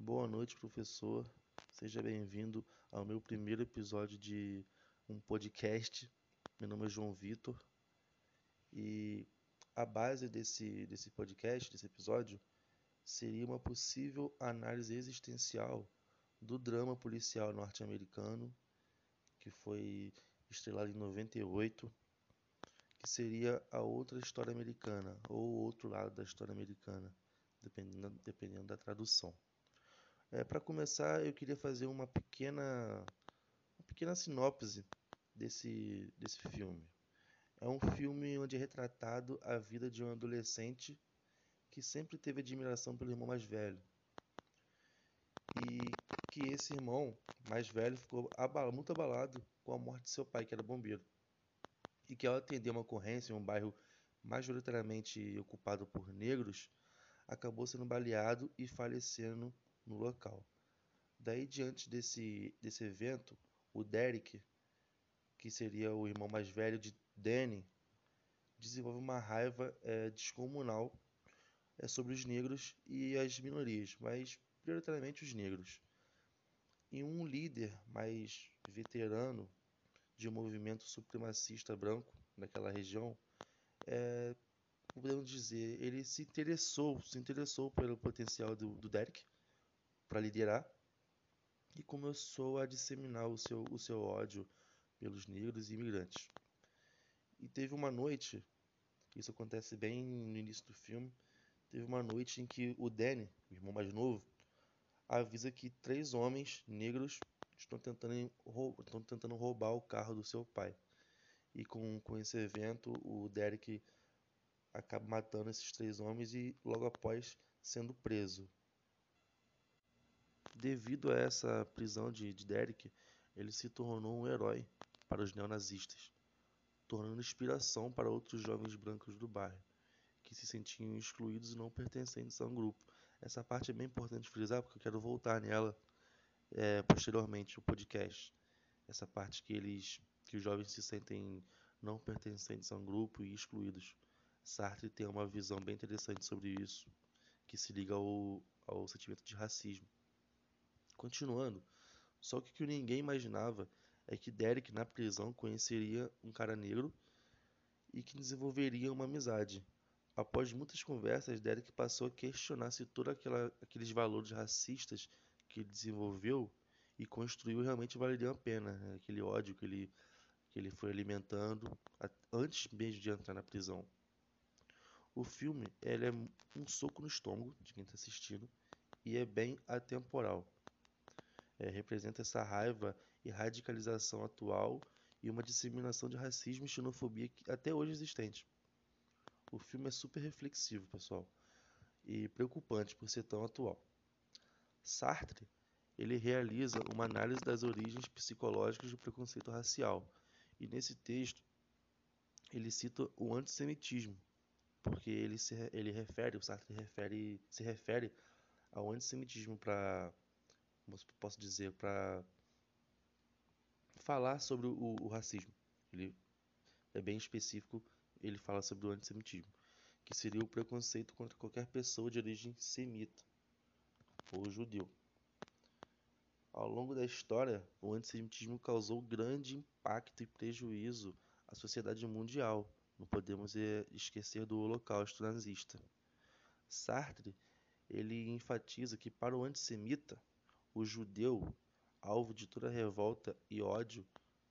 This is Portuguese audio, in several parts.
Boa noite, professor. Seja bem-vindo ao meu primeiro episódio de um podcast. Meu nome é João Vitor e a base desse podcast, desse episódio, seria uma possível análise existencial do drama policial norte-americano, que foi estrelado em 98, que seria a outra história americana, ou o outro lado da história americana, dependendo da tradução. Para começar, eu queria fazer uma pequena sinopse desse filme. É um filme onde é retratado a vida de um adolescente que sempre teve admiração pelo irmão mais velho. E que esse irmão mais velho ficou muito abalado com a morte de seu pai, que era bombeiro. E que ao atender uma ocorrência em um bairro majoritariamente ocupado por negros, acabou sendo baleado e falecendo no local. Daí, diante desse evento, o Derek, que seria o irmão mais velho de Danny, desenvolve uma raiva descomunal sobre os negros e as minorias, mas prioritariamente os negros. E um líder mais veterano de um movimento supremacista branco naquela região, podemos dizer, ele se interessou pelo potencial do Derek para liderar e começou a disseminar o seu ódio pelos negros e imigrantes. E teve uma noite, isso acontece bem no início do filme, teve uma noite em que o Danny, o irmão mais novo, avisa que três homens negros estão tentando roubar o carro do seu pai. E com esse evento, o Derek acaba matando esses três homens e logo após sendo preso. Devido a essa prisão de Derek, ele se tornou um herói para os neonazistas, tornando inspiração para outros jovens brancos do bairro, que se sentiam excluídos e não pertencentes a um grupo. Essa parte é bem importante frisar, porque eu quero voltar nela posteriormente, no podcast. Essa parte que os jovens se sentem não pertencentes a um grupo e excluídos. Sartre tem uma visão bem interessante sobre isso, que se liga ao sentimento de racismo. Continuando, só que o que ninguém imaginava é que Derek, na prisão, conheceria um cara negro e que desenvolveria uma amizade. Após muitas conversas, Derek passou a questionar se todos aqueles valores racistas que ele desenvolveu e construiu realmente valeriam a pena, né? Aquele ódio que ele foi alimentando antes mesmo de entrar na prisão. O filme ele é um soco no estômago de quem está assistindo e é bem atemporal. Representa essa raiva e radicalização atual e uma disseminação de racismo e xenofobia que até hoje é existente. O filme é super reflexivo, pessoal, e preocupante por ser tão atual. Sartre, ele realiza uma análise das origens psicológicas do preconceito racial, e nesse texto ele cita o antissemitismo, porque o Sartre se refere ao antissemitismo como eu posso dizer, para falar sobre o racismo. Ele é bem específico, ele fala sobre o antissemitismo, que seria o preconceito contra qualquer pessoa de origem semita ou judeu. Ao longo da história, o antissemitismo causou grande impacto e prejuízo à sociedade mundial. Não podemos esquecer do Holocausto nazista. Sartre, ele enfatiza que para o antissemita, o judeu, alvo de toda revolta e ódio,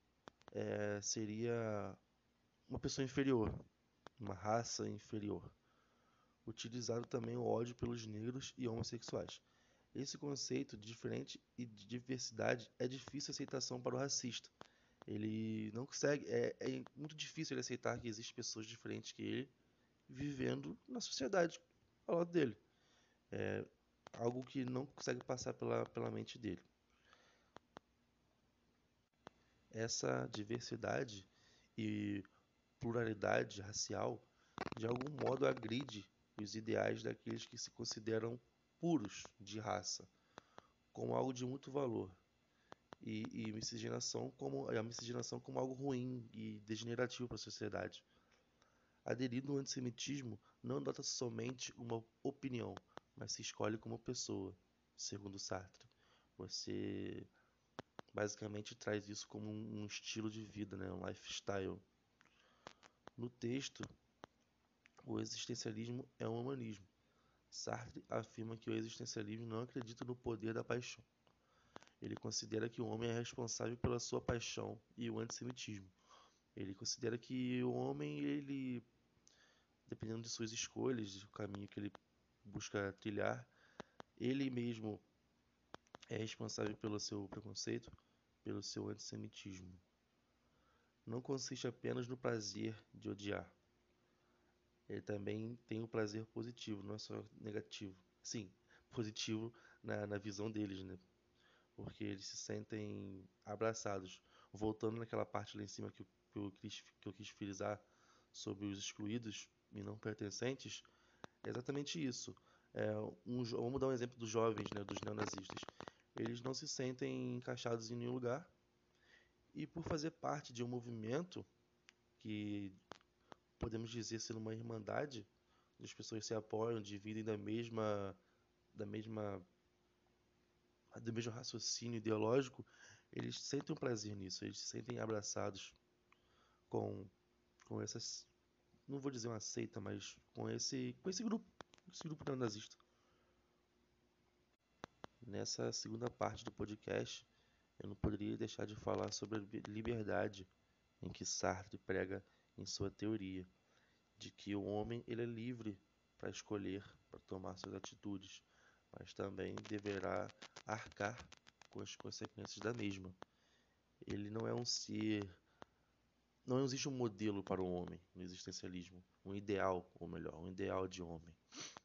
seria uma pessoa inferior, uma raça inferior. Utilizado também o ódio pelos negros e homossexuais. Esse conceito de diferente e de diversidade é difícil aceitação para o racista. Ele não consegue, é muito difícil ele aceitar que existem pessoas diferentes que ele vivendo na sociedade ao lado dele. É algo que não consegue passar pela mente dele. Essa diversidade e pluralidade racial de algum modo agride os ideais daqueles que se consideram puros de raça, como algo de muito valor, e a miscigenação como algo ruim e degenerativo para a sociedade. Aderindo ao antissemitismo não adota somente uma opinião, mas se escolhe como pessoa. segundo Sartre. Você basicamente traz isso como um estilo de vida, né? Um lifestyle. No texto, o existencialismo é um humanismo. Sartre afirma que o existencialismo não acredita no poder da paixão. Ele considera que o homem é responsável pela sua paixão e o antissemitismo. Ele considera que o homem, ele, dependendo de suas escolhas, do caminho que ele busca trilhar, ele mesmo é responsável pelo seu preconceito, pelo seu antissemitismo. Não consiste apenas no prazer de odiar. Ele também tem o prazer positivo, não é só negativo. Sim, positivo na visão deles, né? Porque eles se sentem abraçados. Voltando naquela parte lá em cima que eu quis frisar sobre os excluídos e não pertencentes, é exatamente isso. Vamos dar um exemplo dos jovens, né, dos neonazistas. Eles não se sentem encaixados em nenhum lugar e por fazer parte de um movimento que podemos dizer ser uma irmandade, onde as pessoas se apoiam, dividem da mesma, do mesmo raciocínio ideológico, eles sentem um prazer nisso, eles se sentem abraçados com, com essas, não vou dizer uma seita, mas com esse grupo neonazista. Nessa segunda parte do podcast, eu não poderia deixar de falar sobre a liberdade em que Sartre prega em sua teoria, de que o homem ele é livre para escolher, para tomar suas atitudes, mas também deverá arcar com as consequências da mesma. Ele não é um ser, não existe um modelo para o homem no existencialismo, um ideal, ou melhor, um ideal de homem.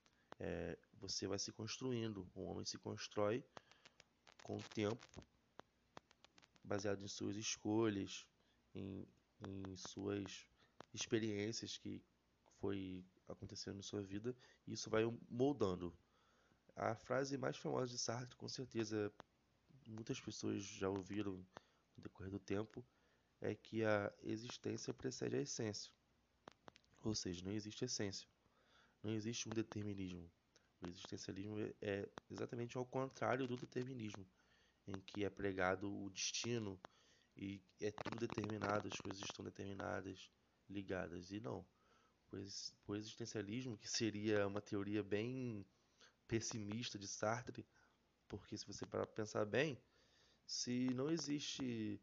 Você vai se construindo, o homem se constrói com o tempo, baseado em suas escolhas, em, em suas experiências que foi acontecendo em sua vida, e isso vai moldando. A frase mais famosa de Sartre, com certeza muitas pessoas já ouviram no decorrer do tempo, é que a existência precede a essência. Ou seja, não existe essência, não existe um determinismo. O existencialismo é exatamente ao contrário do determinismo, em que é pregado o destino e é tudo determinado, as coisas estão determinadas, ligadas. E não. O existencialismo, que seria uma teoria bem pessimista de Sartre, porque se você parar para pensar bem, se não existe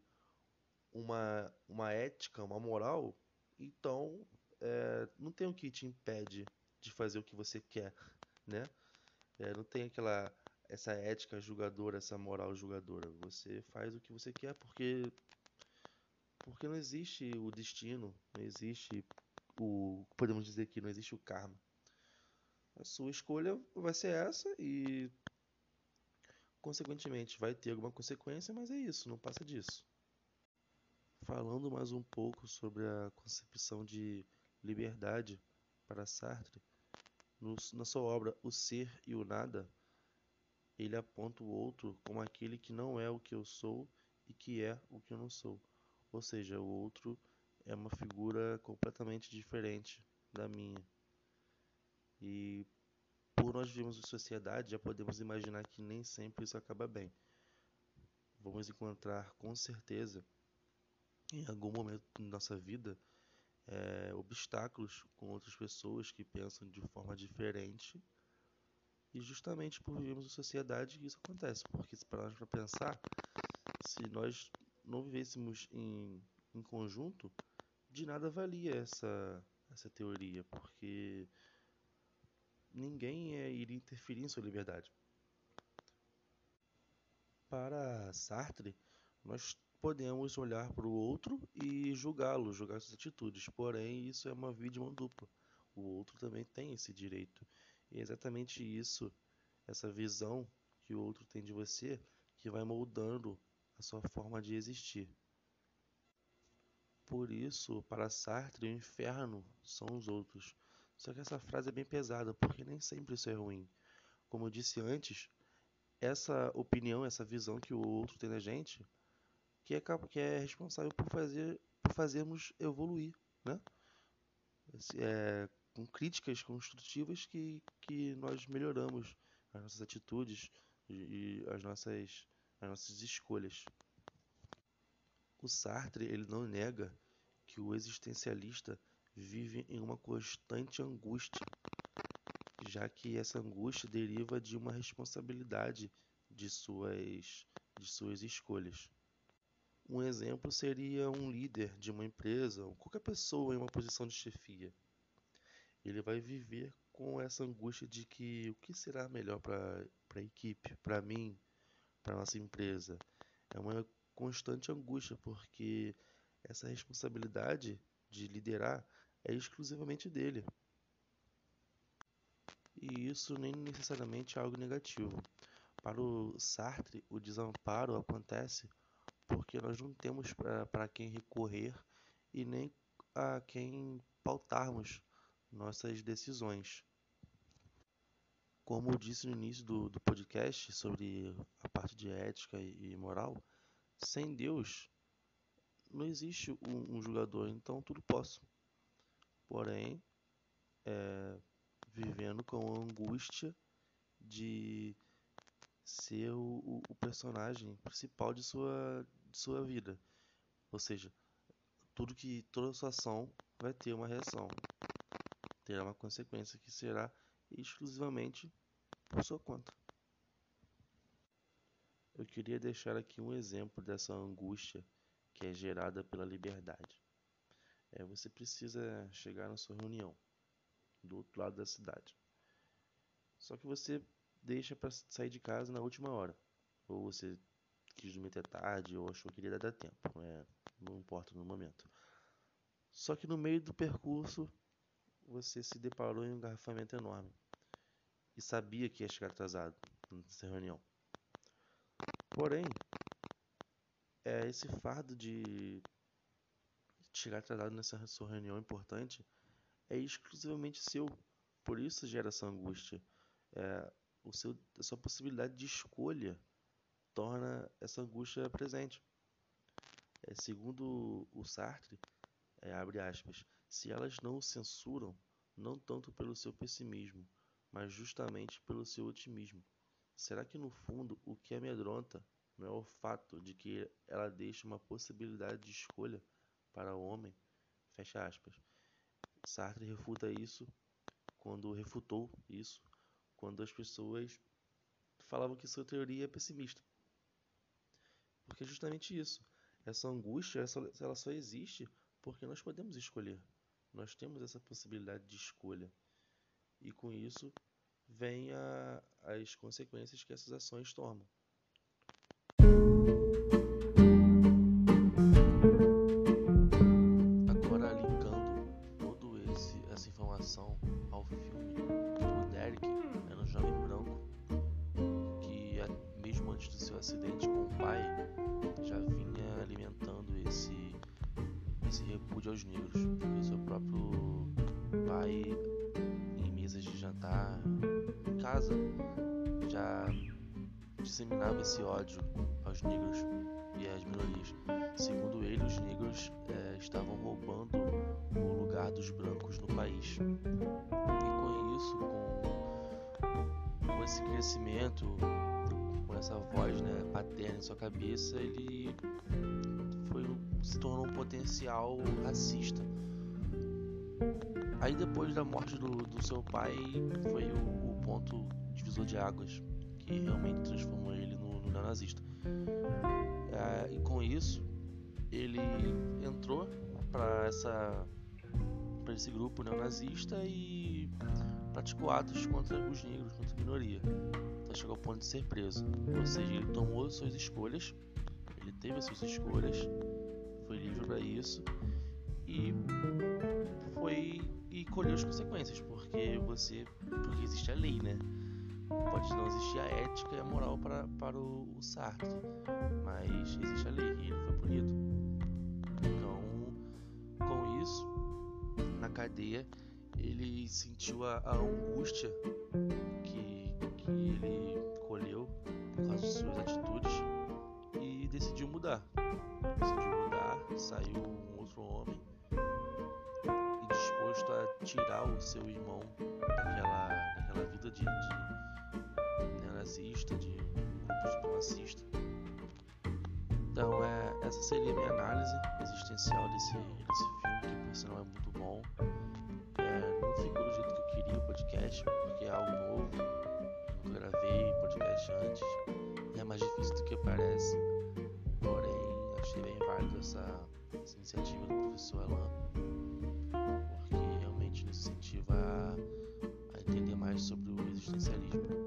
uma ética, uma moral, então não tem o que te impede de fazer o que você quer, né? Não tem essa ética julgadora, essa moral julgadora. Você faz o que você quer porque não existe o destino, não existe podemos dizer que não existe o karma. A sua escolha vai ser essa e consequentemente vai ter alguma consequência, mas é isso, não passa disso. Falando mais um pouco sobre a concepção de liberdade para Sartre, na sua obra O Ser e o Nada, ele aponta o outro como aquele que não é o que eu sou e que é o que eu não sou. Ou seja, o outro é uma figura completamente diferente da minha. E por nós vivemos em sociedade, já podemos imaginar que nem sempre isso acaba bem. Vamos encontrar com certeza, em algum momento da nossa vida, obstáculos com outras pessoas que pensam de forma diferente. E justamente por vivermos em sociedade isso acontece. Porque se pararmos para pensar, se nós não vivêssemos em conjunto, de nada valia essa teoria, porque ninguém iria interferir em sua liberdade. Para Sartre, nós podemos olhar para o outro e julgá-lo, julgar suas atitudes, porém isso é uma via de mão dupla. O outro também tem esse direito. E é exatamente isso, essa visão que o outro tem de você, que vai moldando a sua forma de existir. Por isso, para Sartre, o inferno são os outros. Só que essa frase é bem pesada, porque nem sempre isso é ruim. Como eu disse antes, essa opinião, essa visão que o outro tem da gente, que é responsável por fazermos evoluir, né? Com críticas construtivas que nós melhoramos as nossas atitudes, e as nossas escolhas. O Sartre ele não nega que o existencialista vive em uma constante angústia, já que essa angústia deriva de uma responsabilidade de suas escolhas. Um exemplo seria um líder de uma empresa, ou qualquer pessoa em uma posição de chefia. Ele vai viver com essa angústia de que o que será melhor para a equipe, para mim, para nossa empresa. É uma constante angústia, porque essa responsabilidade de liderar é exclusivamente dele. E isso nem necessariamente é algo negativo. Para o Sartre, o desamparo acontece porque nós não temos para quem recorrer e nem a quem pautarmos nossas decisões. Como eu disse no início do podcast sobre a parte de ética e moral, sem Deus não existe um julgador, então tudo posso. Porém, vivendo com a angústia de ser o personagem principal de sua vida. Ou seja, toda sua ação vai ter uma reação, terá uma consequência que será exclusivamente por sua conta. Eu queria deixar aqui um exemplo dessa angústia que é gerada pela liberdade. Você precisa chegar na sua reunião, do outro lado da cidade. Só que você deixa para sair de casa na última hora. Ou você quis dormir até tarde, ou achou que iria dar tempo. Não importa no momento. Só que no meio do percurso, você se deparou em um engarrafamento enorme. E sabia que ia chegar atrasado nessa reunião. Porém, esse fardo de chegar atrasado nessa sua reunião importante é exclusivamente seu. Por isso gera essa angústia. A sua possibilidade de escolha torna essa angústia presente. Segundo o Sartre, abre aspas, se elas não o censuram, não tanto pelo seu pessimismo, mas justamente pelo seu otimismo. Será que no fundo o que amedronta não é o fato de que ela deixa uma possibilidade de escolha para o homem? Fecha aspas. Sartre refutou isso quando as pessoas falavam que sua teoria é pessimista. Porque é justamente isso. Essa angústia, ela só existe porque nós podemos escolher. Nós temos essa possibilidade de escolha. E com isso vem as consequências que essas ações tomam. Agora, linkando toda essa informação ao filme, o Derek era um jovem branco que, mesmo antes do seu acidente com o pai, já vinha alimentando esse repúdio aos negros, porque o seu próprio pai, em mesas de jantar, em casa, já disseminava esse ódio aos negros e às minorias. Segundo ele, os negros estavam roubando o lugar dos brancos no país. E com isso, com esse crescimento, com essa voz paterna em sua cabeça, ele se tornou um potencial racista. Aí depois da morte do seu pai, foi o ponto divisor de águas, que realmente transformou ele no neonazista. E com isso, ele entrou para esse grupo neonazista e praticou atos contra os negros, contra a minoria. Até chegou ao ponto de ser preso. Ou seja, ele tomou suas escolhas, ele teve as suas escolhas, foi livre para isso e colheu as consequências, porque existe a lei, né? Pode não existir a ética e a moral para o Sartre, mas existe a lei e ele foi punido. Então, com isso, na cadeia, ele sentiu a angústia que ele colheu por causa de suas atitudes e decidiu mudar. Saiu um outro homem e disposto a tirar o seu irmão daquela vida de neonazista, de seria a minha análise existencial desse filme, que por sinal é muito bom. Não ficou do jeito que eu queria o podcast, porque é algo novo, nunca gravei podcast antes, é mais difícil do que parece, porém achei bem válido essa iniciativa do professor Alan, porque realmente nos incentiva a entender mais sobre o existencialismo.